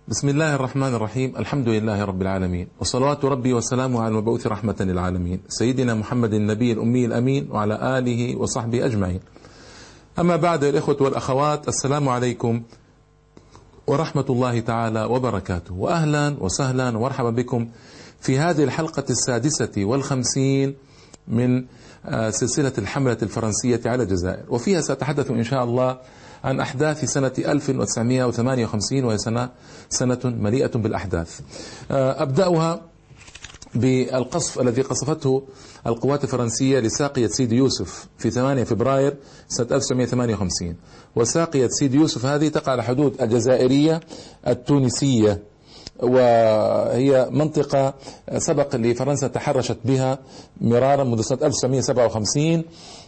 بسم الله الرحمن الرحيم. الحمد لله رب العالمين، وصلوات ربي وسلامه على المبعوث رحمة للعالمين سيدنا محمد النبي الأمي الأمين وعلى آله وصحبه أجمعين. أما بعد، الإخوة والأخوات، السلام عليكم ورحمة الله تعالى وبركاته، وأهلا وسهلا ومرحبا بكم في هذه الحلقة 56 من سلسلة الحملة الفرنسية على الجزائر، وفيها سأتحدث إن شاء الله عن أحداث سنة 1958، وهي سنة مليئة بالأحداث. أبدأها بالقصف الذي قصفته القوات الفرنسية لساقية سيدي يوسف في 8 فبراير سنة 1958. وساقية سيدي يوسف هذه تقع على حدود الجزائرية التونسية، وهي منطقة سبق لفرنسا تحرشت بها مرارا منذ سنة 1957،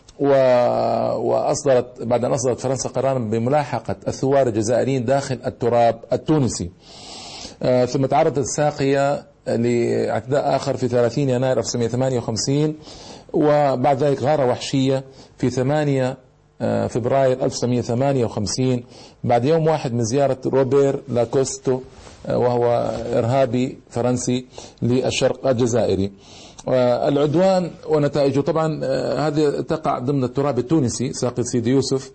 وأصدرت بعد أن أصدرت فرنسا قرارا بملاحقة الثوار الجزائريين داخل التراب التونسي. ثم تعرضت الساقية لاعتداء آخر في 30 يناير 1958، وبعد ذلك غارة وحشية في 8 فبراير 1958 بعد يوم واحد من زيارة روبير لاكوستو، وهو إرهابي فرنسي للشرق الجزائري. العدوان ونتائجه طبعا هذه تقع ضمن التراب التونسي ساقية سيدي يوسف،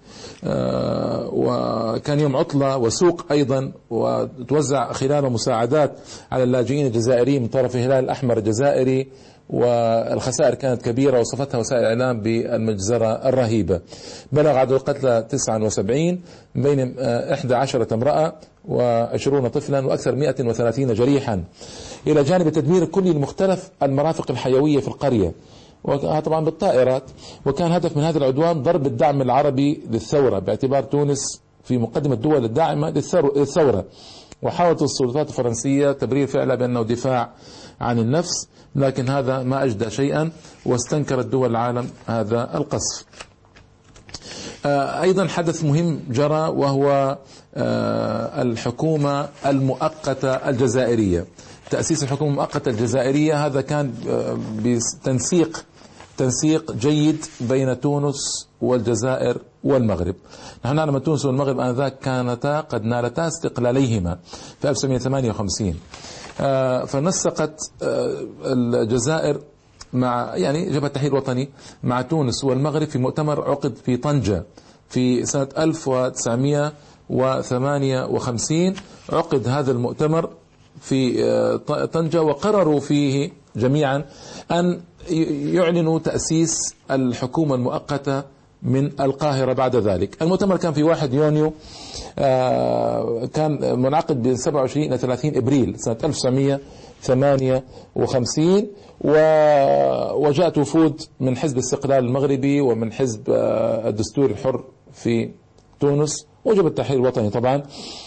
وكان يوم عطلة وسوق أيضا، وتوزع خلاله مساعدات على اللاجئين الجزائريين من طرف الهلال الأحمر الجزائري، والخسائر كانت كبيرة وصفتها وسائل الإعلام بالمجزرة الرهيبة. بلغ عدد القتلى 79 بين 11 امرأة و20 طفلا وأكثر 130 جريحا، إلى جانب التدمير الكلي لمختلف المرافق الحيوية في القرية، وطبعا بالطائرات. وكان هدف من هذا العدوان ضرب الدعم العربي للثورة، باعتبار تونس في مقدمة الدول الداعمة للثورة. وحاولت السلطات الفرنسية تبرير فعلها بأنه دفاع عن النفس، لكن هذا ما أجدى شيئا، واستنكرت دول العالم هذا القصف. أيضا حدث مهم جرى، وهو الحكومة المؤقتة الجزائرية. تأسيس الحكومة المؤقتة الجزائرية هذا كان تنسيق جيد بين تونس والجزائر والمغرب. نحن نعلم أن تونس والمغرب آنذاك كانتا قد نالتا استقلاليهما في 1958، فنسقت الجزائر مع جبهة التحرير الوطني مع تونس والمغرب في مؤتمر عقد في طنجة في سنة 1958. عقد هذا المؤتمر في طنجة، وقرروا فيه جميعا أن يعلنوا تأسيس الحكومة المؤقتة من القاهرة بعد ذلك. المؤتمر كان في 1 يونيو، كان منعقد بين 27 إلى 30 إبريل سنة 1958، وجاءت وفود من حزب الاستقلال المغربي ومن حزب الدستور الحر في تونس وجبهة التحرير الوطني طبعا.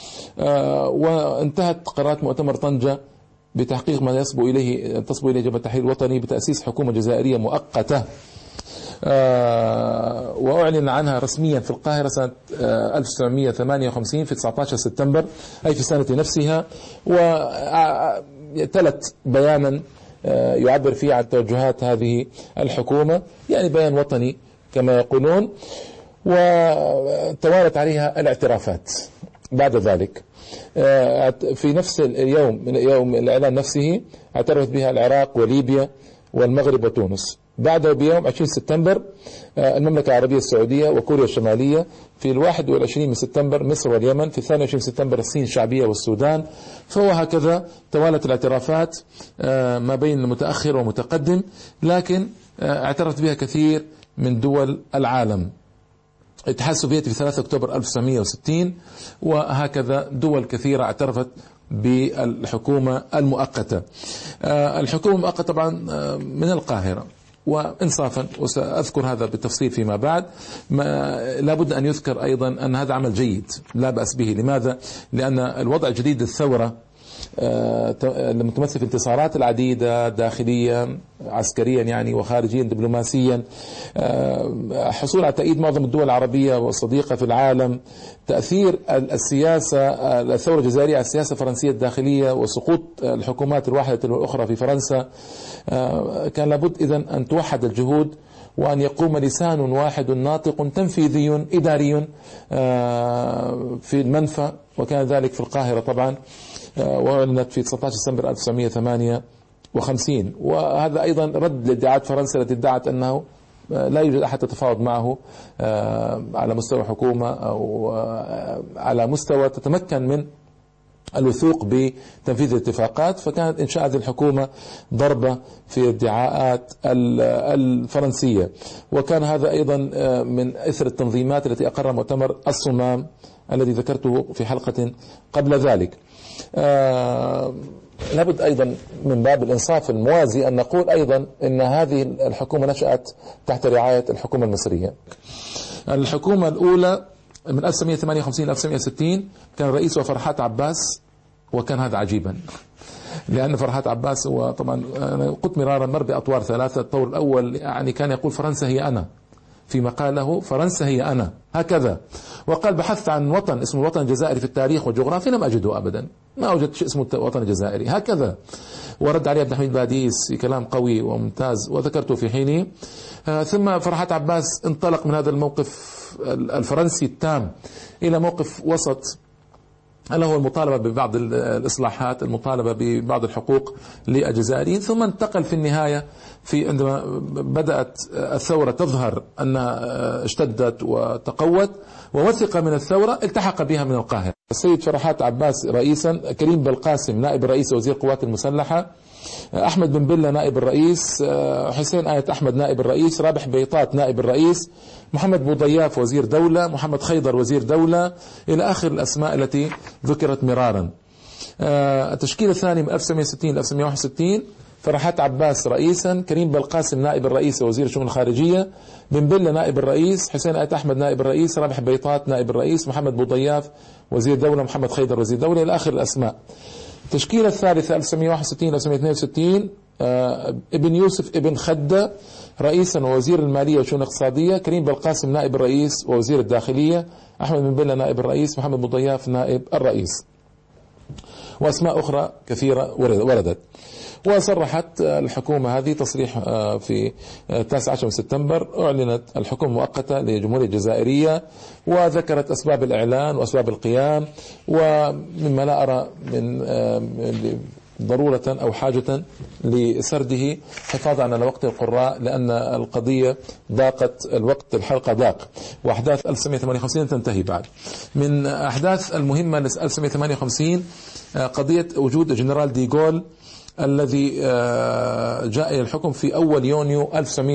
وانتهت قرارات مؤتمر طنجة بتحقيق ما تصبو إليه جبهة التحرير الوطني بتأسيس حكومة جزائرية مؤقتة، وأعلن عنها رسميا في القاهرة سنة 1958 في 19 سبتمبر، أي في السنة نفسها. وتلت بيانا يعبر فيه عن توجهات هذه الحكومة، بيان وطني كما يقولون، وتوالت عليها الاعترافات بعد ذلك. في نفس اليوم من يوم الإعلان نفسه اعترفت بها العراق وليبيا والمغرب وتونس. بعده بيوم 20 سبتمبر المملكة العربية السعودية وكوريا الشمالية. في 21 من سبتمبر مصر واليمن. في 22 سبتمبر الصين الشعبية والسودان. فهو هكذا توالت الاعترافات ما بين المتأخر ومتقدم، لكن اعترفت بها كثير من دول العالم. الاتحاد السوفيتي في 3 أكتوبر 1960، وهكذا دول كثيرة اعترفت بالحكومة المؤقتة. الحكومة المؤقتة طبعا من القاهرة، وإنصافا وسأذكر هذا بالتفصيل فيما بعد. لابد أن يذكر أيضا أن هذا عمل جيد لا بأس به. لماذا؟ لأن الوضع الجديد للثورة المتمثل في انتصارات العديدة داخليا عسكريا وخارجيا دبلوماسيا، حصول على تأييد معظم الدول العربية والصديقة في العالم، تأثير السياسة الثورة الجزائرية على السياسة الفرنسية الداخلية، وسقوط الحكومات الواحدة والأخرى في فرنسا. كان لابد إذن أن توحد الجهود وأن يقوم لسان واحد ناطق تنفيذي إداري في المنفى، وكان ذلك في القاهرة طبعا. وأعلنت في 19 ديسمبر 1958. وهذا أيضا رد لادعاءات فرنسا التي ادعت أنه لا يوجد أحد تتفاوض معه على مستوى حكومة أو على مستوى تتمكن من الوثوق بتنفيذ الاتفاقات. فكانت إنشاء هذه الحكومة ضربة في الادعاءات الفرنسية. وكان هذا أيضا من إثر التنظيمات التي أقر مؤتمر الصمام الذي ذكرته في حلقة قبل ذلك. لابد أيضا من باب الإنصاف الموازي أن نقول أيضا أن هذه الحكومة نشأت تحت رعاية الحكومة المصرية. الحكومة الأولى من 1958 إلى 1960 كان رئيسها فرحات عباس، وكان هذا عجيبا لأن فرحات عباس هو طبعا قلت مرارا مر بأطوار ثلاثة. الطور الأول يعني كان يقول فرنسا هي أنا، في مقاله فرنسا هي أنا هكذا، وقال بحثت عن وطن اسمه الوطن الجزائري في التاريخ والجغرافيا لم أجده أبدا، ما وجدت شيء اسمه الوطن الجزائري هكذا. ورد عليه عبد الحميد باديس في كلام قوي وممتاز وذكرته في حينه. ثم فرحات عباس انطلق من هذا الموقف الفرنسي التام إلى موقف وسط، ألا هو المطالبة ببعض الإصلاحات، المطالبة ببعض الحقوق للجزائريين. ثم انتقل في النهاية عندما بدأت الثورة تظهر أنها اشتدت وتقوت ووثق من الثورة، التحق بها من القاهرة السيد فرحات عباس رئيسا، كريم بالقاسم نائب الرئيس وزير القوات المسلحة، أحمد بن بلة نائب الرئيس، حسين آية أحمد نائب الرئيس، رابح بيطات نائب الرئيس، محمد بوضياف وزير دولة، محمد خيضر وزير دولة، إلى آخر الأسماء التي ذكرت مرارا. التشكيل الثاني من 1960 إلى 1961 فرحات عباس رئيسا، كريم بالقاسم نائب الرئيس ووزير الشؤون الخارجية، بن بلة نائب الرئيس، حسين آية أحمد نائب الرئيس، رابح بيطات نائب الرئيس، محمد بوضياف وزير دولة، محمد خيضر وزير دولة، إلى آخر الأسماء. التشكيلة الثالثة 1961 إلى 1962 ابن يوسف ابن خدة رئيسا ووزير المالية والشؤون الاقتصادية، كريم بالقاسم نائب الرئيس ووزير الداخلية، أحمد بن بلة نائب الرئيس، محمد بوضياف نائب الرئيس، وأسماء أخرى كثيرة وردت. وصرحت الحكومة هذه تصريح في 19 سبتمبر، أعلنت الحكومة المؤقتة للجمهورية الجزائرية، وذكرت أسباب الإعلان وأسباب القيام، ومما لا أرى من ضرورة أو حاجة لسرده حفاظا على وقت القراء، لأن القضية ضاقت، الوقت الحلقة ضاق، وأحداث 1958 تنتهي بعد. من أحداث المهمة ل 1958 قضية وجود جنرال ديغول الذي جاء إلى الحكم في أول يونيو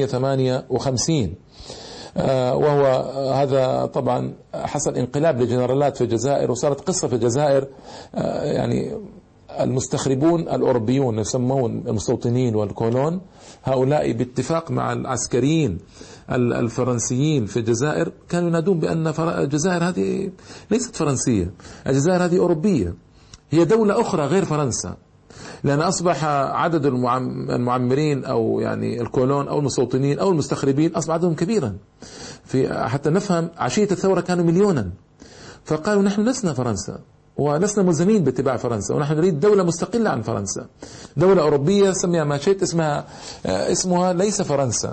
1958، وهو هذا طبعا حصل انقلاب للجنرالات في الجزائر، وصارت قصة في الجزائر. يعني المستخربون الأوروبيون يسمون المستوطنين والكولون، هؤلاء باتفاق مع العسكريين الفرنسيين في الجزائر كانوا ينادون بأن الجزائر هذه ليست فرنسية، الجزائر هذه أوروبية، هي دولة أخرى غير فرنسا، لأن أصبح عدد المعمرين أو يعني الكولون أو المستوطنين أو المستخربين أصبح عددهم كبيرا. حتى نفهم عشية الثورة كانوا مليونا، فقالوا نحن لسنا فرنسا ولسنا ملزمين باتباع فرنسا، ونحن نريد دولة مستقلة عن فرنسا، دولة أوروبية سميها ما شئت، اسمها ليس فرنسا.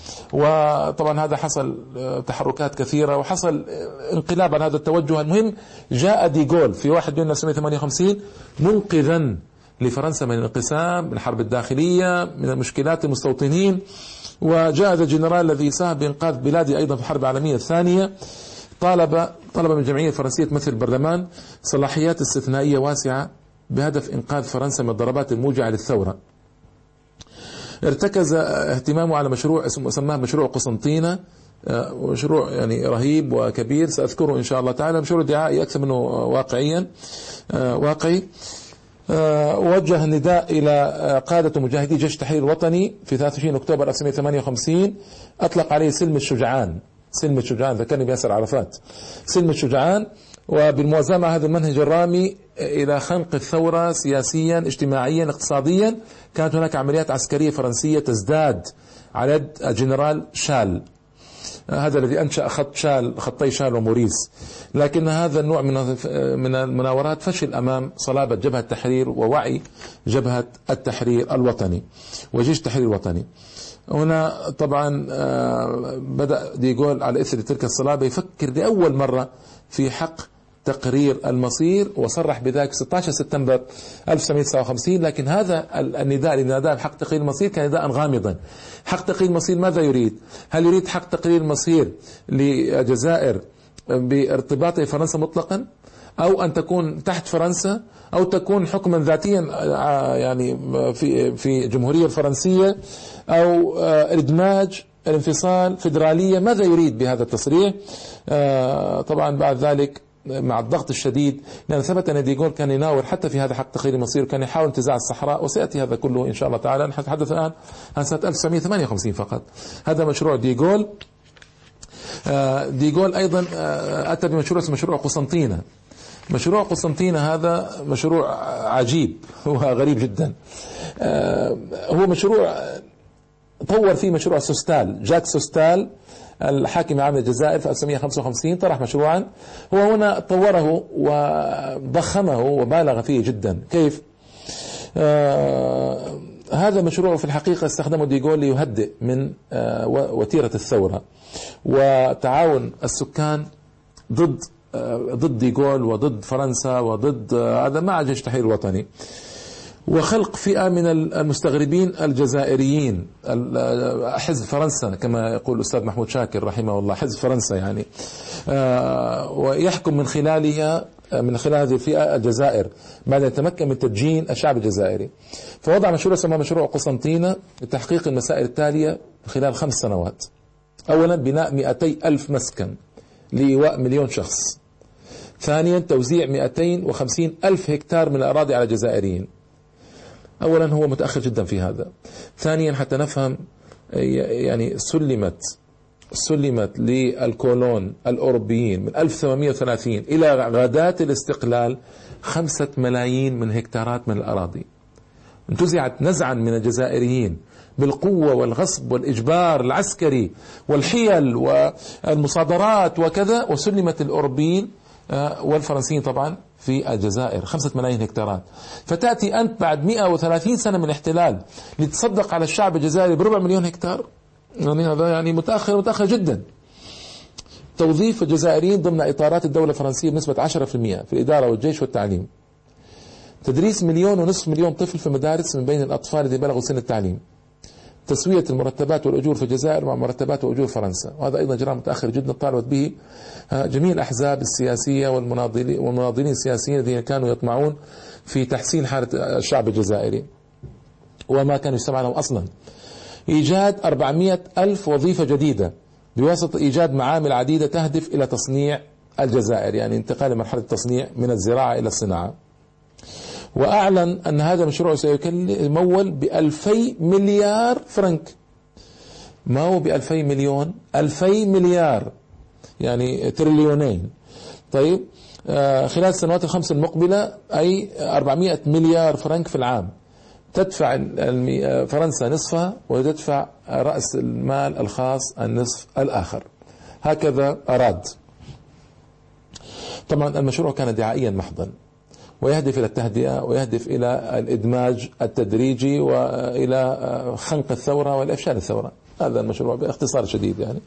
وطبعا هذا حصل تحركات كثيرة وحصل انقلاب عن هذا التوجه. المهم جاء ديغول في 1 يونيو 1958 منقذا لفرنسا من الانقسام، من الحرب الداخلية، من مشكلات المستوطنين. وجاء هذا الجنرال الذي ساهم بإنقاذ بلادي أيضا في الحرب العالمية الثانية، طلب من الجمعية الفرنسية تمثل البرلمان صلاحيات استثنائية واسعة بهدف إنقاذ فرنسا من الضربات الموجعة للثورة. ارتكز اهتمامه على مشروع سماه مشروع قسنطينة، مشروع يعني رهيب وكبير سأذكره إن شاء الله تعالى، مشروع دعائي أكثر منه واقعي. وجه نداء إلى قادة مجاهدي جيش التحرير الوطني في 23 أكتوبر 1958، أطلق عليه سلم الشجعان، ذكرني بياسر عرفات، سلم الشجعان. وبالموازاة مع هذا المنهج الرامي إلى خنق الثورة سياسيا اجتماعيا اقتصاديا، كانت هناك عمليات عسكرية فرنسية تزداد على يد الجنرال شال، هذا الذي أنشأ خطي شال وموريس. لكن هذا النوع من المناورات فشل أمام صلابة جبهة التحرير ووعي جبهة التحرير الوطني وجيش التحرير الوطني. هنا طبعا بدأ ديغول على إثر تلك الصلابة يفكر لأول مرة في حق تقرير المصير، وصرح بذلك 16 سبتمبر 1959. لكن هذا النداء اللي ناداه بحق تقرير المصير كان نداء غامضا. حق تقرير المصير ماذا يريد؟ هل يريد حق تقرير المصير للجزائر بارتباطه بفرنسا مطلقا، أو أن تكون تحت فرنسا، أو تكون حكما ذاتيا يعني في جمهورية الفرنسية، أو إدماج، الانفصال، فيدرالية؟ ماذا يريد بهذا التصريح؟ طبعا بعد ذلك مع الضغط الشديد، لأن ثبت أن ديغول كان يناور حتى في هذا حق تقرير المصير، كان يحاول انتزاع الصحراء، وسيأتي هذا كله إن شاء الله تعالى. نحن نتحدث الآن عن سنة 1958 فقط. هذا مشروع ديغول. ديغول أيضا أتى بمشروع اسمه مشروع قسنطينة. مشروع قسنطينة هذا مشروع عجيب، هو غريب جدا. هو مشروع طور فيه مشروع سوستال، جاك سوستال الحاكم عام الجزائر في 1955 طرح مشروعا، هو هنا طوره وضخمه وبالغ فيه جدا. كيف؟ هذا مشروع في الحقيقة استخدمه ديغول ليهدئ من وتيرة الثورة وتعاون السكان ضد ديغول وضد فرنسا وضد هذا مع جيش التحرير الوطني، وخلق فئة من المستغربين الجزائريين، حزب فرنسا كما يقول الأستاذ محمود شاكر رحمه الله، حزب فرنسا يعني، ويحكم من خلال هذه الفئة الجزائر بعد أن يتمكن من تدجين الشعب الجزائري. فوضع مشروع سماه مشروع قسنطينة لتحقيق المسائل التالية خلال 5 سنوات. أولا بناء 200,000 مسكن لإيواء 1,000,000 شخص. ثانيا توزيع 250,000 هكتار من الأراضي على الجزائريين. أولا هو متأخر جدا في هذا. ثانيا حتى نفهم، يعني سلمت للكولون الأوروبيين من 1830 إلى غداة الاستقلال 5 ملايين من هكتارات من الأراضي، انتزعت نزعا من الجزائريين بالقوة والغصب والإجبار العسكري والحيل والمصادرات وكذا، وسلمت الأوروبيين والفرنسيين طبعا في الجزائر 5 ملايين هكتارات. فتأتي أنت بعد 130 سنة من الاحتلال لتصدق على الشعب الجزائري ب400,000 هكتار؟ يعني هذا يعني متأخر جدا. توظيف الجزائريين ضمن إطارات الدولة الفرنسية بنسبة 10% في الإدارة والجيش والتعليم. تدريس 1.5 مليون طفل في المدارس من بين الأطفال الذين بلغوا سن التعليم. تسوية المرتبات والأجور في الجزائر مع مرتبات وأجور فرنسا، وهذا أيضا إجراء متأخر جدا طالبت به جميع الأحزاب السياسية والمناضلين السياسيين الذين كانوا يطمعون في تحسين حالة الشعب الجزائري وما كانوا يستمع لهم أصلا. إيجاد 400,000 وظيفة جديدة بواسطة إيجاد معامل عديدة تهدف إلى تصنيع الجزائر، يعني انتقال لمرحلة التصنيع من الزراعة إلى الصناعة. وأعلن أن هذا المشروع سيمول ب2,000 مليار فرنك، ما هو ب2,000 مليون، 2,000 مليار يعني تريليونين. طيب خلال السنوات ال5 المقبلة أي 400 مليار فرنك في العام، تدفع فرنسا نصفها وتدفع رأس المال الخاص النصف الآخر، هكذا أراد. طبعا المشروع كان دعائيا محضا، ويهدف إلى التهدئة ويهدف إلى الإدماج التدريجي وإلى خنق الثورة والإفشال الثورة. هذا المشروع باختصار شديد. يعني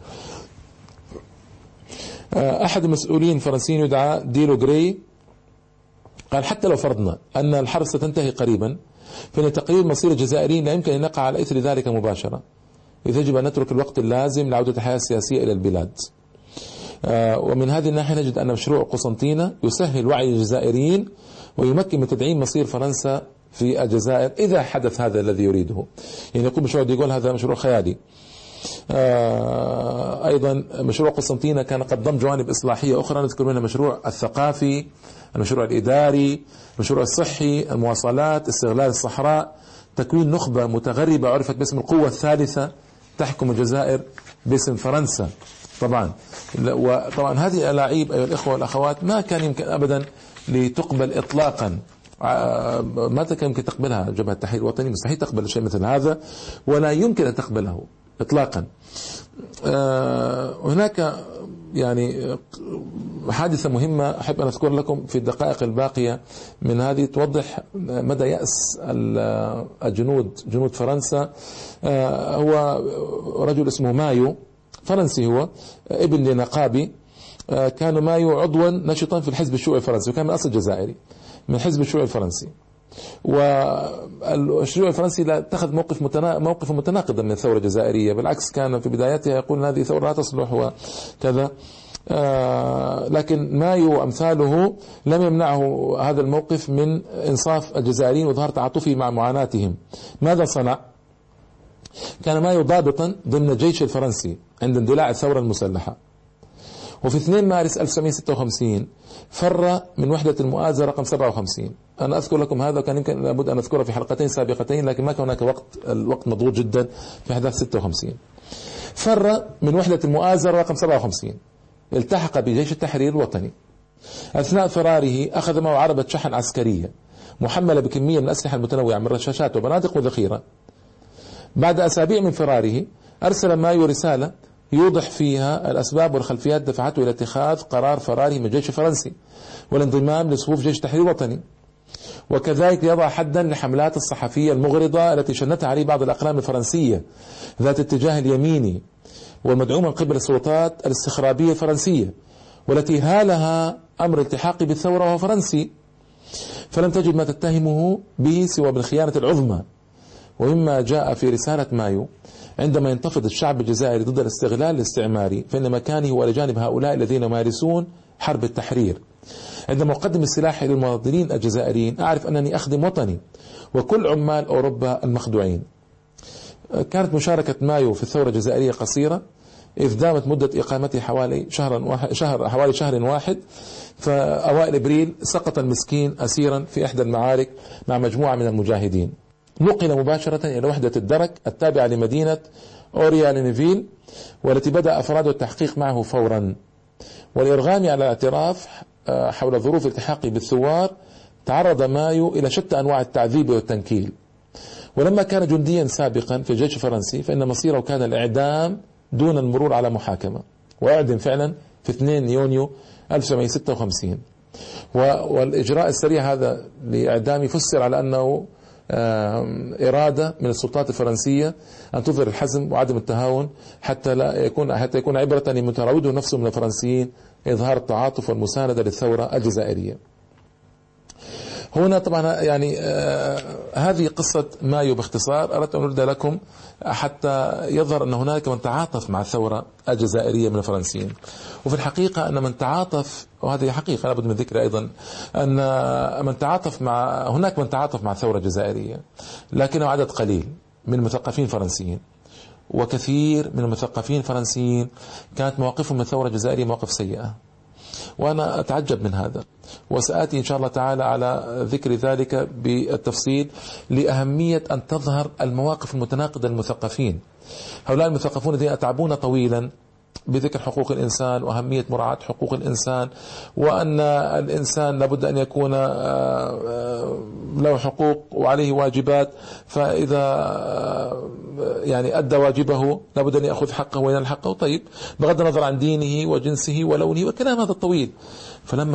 أحد المسؤولين الفرنسيين يدعى ديلو غري قال حتى لو فرضنا أن الحرب ستنتهي قريبا، فإن تقرير مصير الجزائريين لا يمكن أن يقع على إثر ذلك مباشرة، إذ يجب أن نترك الوقت اللازم لعودة الحياة السياسية إلى البلاد. ومن هذه الناحية نجد أن مشروع قسنطينة يسهل وعي الجزائريين ويمكن من تدعيم مصير فرنسا في الجزائر إذا حدث هذا الذي يريده. يعني يقول مشروع ديغول هذا مشروع خيالي. أيضا مشروع قسنطينة كان قد ضم جوانب إصلاحية أخرى، نذكر منها المشروع الثقافي، المشروع الإداري، المشروع الصحي، المواصلات، استغلال الصحراء، تكوين نخبة متغربة عرفت باسم القوة الثالثة تحكم الجزائر باسم فرنسا. وطبعا هذه الألاعيب أيها الإخوة والأخوات ما كان يمكن أبدا لتقبل إطلاقا، ما كان يمكن تقبلها جبهة التحرير الوطني، مستحيل تقبل شيء مثل هذا ولا يمكن أن تقبله إطلاقا. هناك يعني حادثة مهمة أحب أن أذكر لكم في الدقائق الباقية من هذه توضح مدى يأس جنود فرنسا. هو رجل اسمه مايو، فرنسي، هو ابن لنقابي، كان مايو عضوا نشطا في الحزب الشيوعي الفرنسي، وكان من أصل جزائري من الحزب الشيوعي الفرنسي. والشيوعي الفرنسي لا اتخذ موقف متناقضا من الثورة الجزائرية، بالعكس كان في بدايتها يقول هذه ثورة لا تصلح وكذا. لكن مايو وأمثاله لم يمنعه هذا الموقف من إنصاف الجزائريين وظهر تعاطفه مع معاناتهم. ماذا صنع؟ كان مايو ضابطا ضمن الجيش الفرنسي عند اندلاع الثورة المسلحة، وفي 2 مارس 1956 فر من وحدة المؤازرة رقم 57. أنا أذكر لكم هذا، كان يمكن لابد أن أذكره في حلقتين سابقتين، لكن ما كان هناك وقت، الوقت مضغوط جدا في أحداث 56. فر من وحدة المؤازرة رقم 57، التحق بجيش التحرير الوطني. أثناء فراره أخذ معه عربة شحن عسكرية محملة بكمية من الأسلحة المتنوعة من رشاشات وبنادق وذخيرة. بعد أسابيع من فراره أرسل مايو رسالة يوضح فيها الأسباب والخلفيات دفعته إلى اتخاذ قرار فراره من الجيش الفرنسي والانضمام لصفوف جيش التحرير الوطني، وكذلك يضع حدا لحملات الصحفية المغرضة التي شنتها عليه بعض الأقلام الفرنسية ذات الاتجاه اليميني والمدعومة من قبل السلطات الاستخرابية الفرنسية، والتي هالها أمر التحاقه بالثورة وهو فرنسي، فلم تجد ما تتهمه به سوى بالخيانة العظمى. ومما جاء في رسالة مايو: عندما ينتفض الشعب الجزائري ضد الاستغلال الاستعماري فإن مكاني هو لجانب هؤلاء الذين يمارسون حرب التحرير. عندما أقدم السلاح إلى المواطنين الجزائريين أعرف أنني أخدم وطني وكل عمال أوروبا المخدوعين. كانت مشاركة مايو في الثورة الجزائرية قصيرة، إذ دامت مدة إقامته حوالي شهر واحد. فأوائل إبريل سقط المسكين أسيرا في إحدى المعارك مع مجموعة من المجاهدين. نقل مباشرة إلى وحدة الدرك التابعة لمدينة أوريالينفيل، والتي بدأ أفراد التحقيق معه فورا. والإرغام على الاعتراف حول ظروف التحاقه بالثوار تعرض مايو إلى شتى أنواع التعذيب والتنكيل. ولما كان جنديا سابقا في الجيش الفرنسي فإن مصيره كان الإعدام دون المرور على محاكمة، وأعدم فعلا في 2 يونيو 1956. والإجراء السريع هذا لإعدامه فسر على أنه إرادة من السلطات الفرنسية أن تظهر الحزم وعدم التهاون حتى يكون عبرة لمن تراوده نفسه من الفرنسيين إظهار التعاطف والمساندة للثورة الجزائرية. هنا طبعا يعني هذه قصة مايو باختصار، أردت أن أرد لكم حتى يظهر أن هناك من تعاطف مع الثورة الجزائرية من الفرنسيين. وفي الحقيقة أن من تعاطف، وهذه حقيقة لابد من ذكر أيضا، أن هناك من تعاطف مع الثورة الجزائرية، لكنه عدد قليل من المثقفين الفرنسيين. وكثير من المثقفين الفرنسيين كانت مواقفهم من الثورة الجزائرية مواقف سيئة، وأنا أتعجب من هذا، وسآتي إن شاء الله تعالى على ذكر ذلك بالتفصيل لأهمية أن تظهر المواقف المتناقضة للمثقفين. هؤلاء المثقفون الذين أتعبون طويلا بذكر حقوق الإنسان وأهمية مراعاة حقوق الإنسان، وأن الإنسان لابد أن يكون له حقوق وعليه واجبات، فإذا يعني أدى واجبه لابد أن يأخذ حقه وينال حقه، طيب بغض النظر عن دينه وجنسه ولونه وكلام هذا الطويل. فلما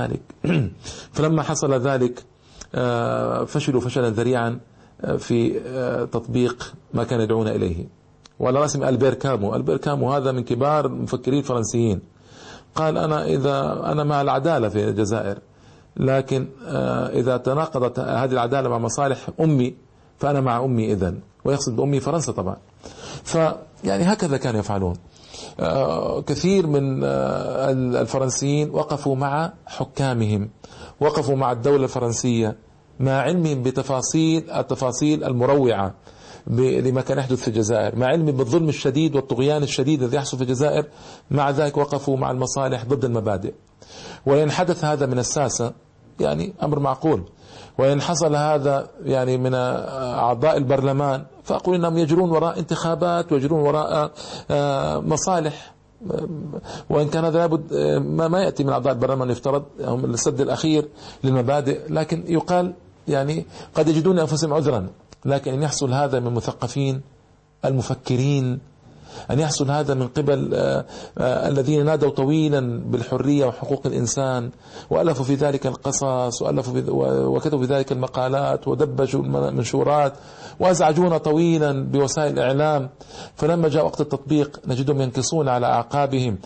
حصل ذلك فشلوا فشلا ذريعا في تطبيق ما كان يدعون إليه. وعلى رأسهم ألبير كامو هذا من كبار المفكرين الفرنسيين، قال أنا مع العدالة في الجزائر، لكن إذا تناقضت هذه العدالة مع مصالح أمي فأنا مع أمي إذن، ويقصد بأمي فرنسا طبعا. فيعني هكذا كانوا يفعلون. كثير من الفرنسيين وقفوا مع حكامهم، وقفوا مع الدولة الفرنسية مع علمهم التفاصيل المروعة لما كان يحدث في الجزائر، مع علمهم بالظلم الشديد والطغيان الشديد الذي يحصل في الجزائر. مع ذلك وقفوا مع المصالح ضد المبادئ. وإن حدث هذا من الساسة يعني أمر معقول، وإن حصل هذا يعني من أعضاء البرلمان فأقول إنهم يجرون وراء انتخابات ويجرون وراء مصالح، وإن كان هذا لابد ما يأتي من أعضاء البرلمان يفترض هم السد الأخير للمبادئ، لكن يقال يعني قد يجدون أنفسهم عذرا. لكن إن يحصل هذا من مثقفين المفكرين أن يحصل هذا من قبل الذين نادوا طويلا بالحرية وحقوق الإنسان وألفوا في ذلك القصص وكتبوا في ذلك المقالات ودبجوا المنشورات وأزعجونا طويلا بوسائل الإعلام، فلما جاء وقت التطبيق نجدهم ينكصون على أعقابهم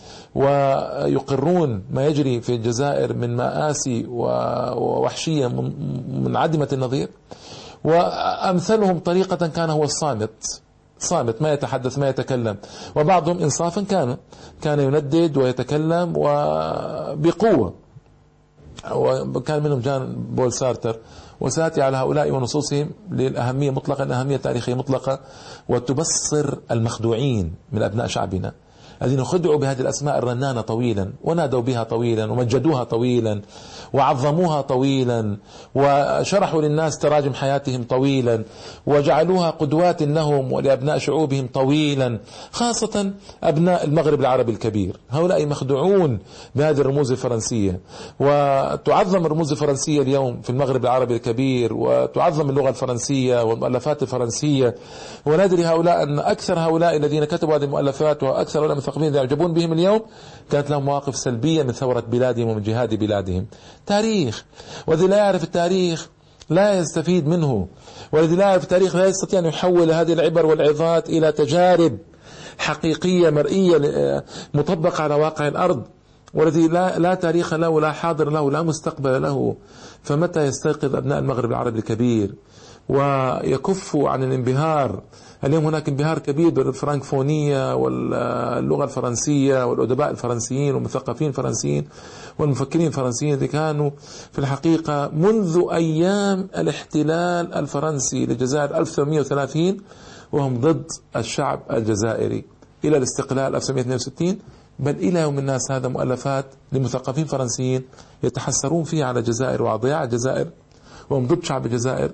ويقرون ما يجري في الجزائر من مآسي ووحشية منعدمة النظير. وأمثلهم طريقة كان هو صامت ما يتحدث ما يتكلم، وبعضهم إنصافا كان يندد ويتكلم وبقوة، وكان منهم جان بول سارتر. وساتي على هؤلاء ونصوصهم للأهمية مطلقا، الأهمية التاريخية مطلقة، وتبصر المخدوعين من أبناء شعبنا الذين خدعوا بهذه الأسماء الرنانة طويلا ونادوا بها طويلا ومجدوها طويلا وعظموها طويلا وشرحوا للناس تراجم حياتهم طويلا وجعلوها قدوات لهم ولأبناء شعوبهم طويلا، خاصة أبناء المغرب العربي الكبير. هؤلاء مخدوعون بهذه الرموز الفرنسية، وتعظم الرموز الفرنسية اليوم في المغرب العربي الكبير، وتعظم اللغة الفرنسية والمؤلفات الفرنسية. وندري هؤلاء أن أكثر هؤلاء الذين كتبوا هذه المؤلفات وأكثر هؤلاء المثقفين يعجبون بهم اليوم كانت لهم مواقف سلبية من ثورة بلادهم ومن جهاد بلادهم. تاريخ، والذي لا يعرف التاريخ لا يستفيد منه، والذي لا يعرف التاريخ لا يستطيع أن يحول هذه العبر والعظات إلى تجارب حقيقية مرئية مطبقة على واقع الأرض. والذي لا تاريخ له، لا حاضر له، لا مستقبل له، فمتى يستيقظ أبناء المغرب العربي الكبير ويكفوا عن الانبهار؟ اليوم هناك انبهار كبير بالفرنكفونية واللغة الفرنسية والأدباء الفرنسيين والمثقفين الفرنسيين والمفكرين الفرنسيين الذين كانوا في الحقيقة منذ أيام الاحتلال الفرنسي للجزائر 1830 وهم ضد الشعب الجزائري إلى الاستقلال 1962، بل إلى يوم الناس هذا مؤلفات لمثقفين فرنسيين يتحسرون فيها على الجزائر وأضياع الجزائر، وهم ضد شعب الجزائر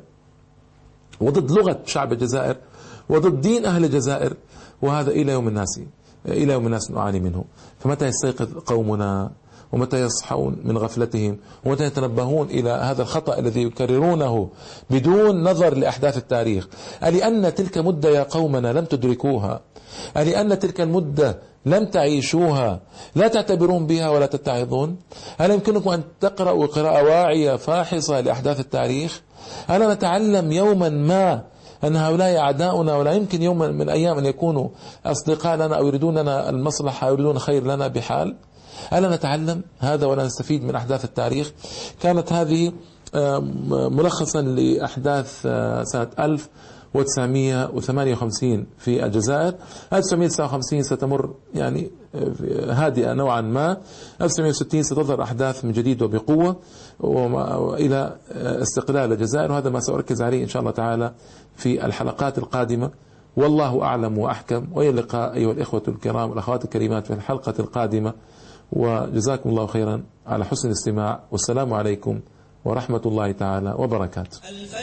وضد لغة شعب الجزائر وضد دين أهل الجزائر. وهذا إلى يوم الناس نعاني منه. فمتى يستيقظ قومنا ومتى يصحون من غفلتهم ومتى يتنبهون إلى هذا الخطأ الذي يكررونه بدون نظر لأحداث التاريخ؟ ألأن تلك مدة يا قومنا لم تدركوها؟ ألأن تلك المدة لم تعيشوها؟ لا تعتبرون بها ولا تتعظون؟ هل يمكنكم أن تقرأوا قراءة واعية فاحصة لأحداث التاريخ؟ ألا نتعلم يوما ما أن هؤلاء أعداؤنا ولا يمكن يوم من الأيام أن يكونوا أصدقاء لنا أو يريدون لنا المصلحة أو يريدون خير لنا بحال؟ ألا نتعلم هذا ولا نستفيد من أحداث التاريخ؟ كانت هذه ملخصا لأحداث سنة 1958 في الجزائر. 1959 ستمر يعني هادئة نوعا ما. 1960 ستظهر أحداث من جديد وبقوة وإلى استقلال الجزائر، وهذا ما سأركز عليه إن شاء الله تعالى في الحلقات القادمة. والله أعلم وأحكم، وإلى اللقاء أيها الإخوة الكرام والأخوات الكريمات في الحلقة القادمة، وجزاكم الله خيرا على حسن الاستماع، والسلام عليكم ورحمة الله تعالى وبركاته.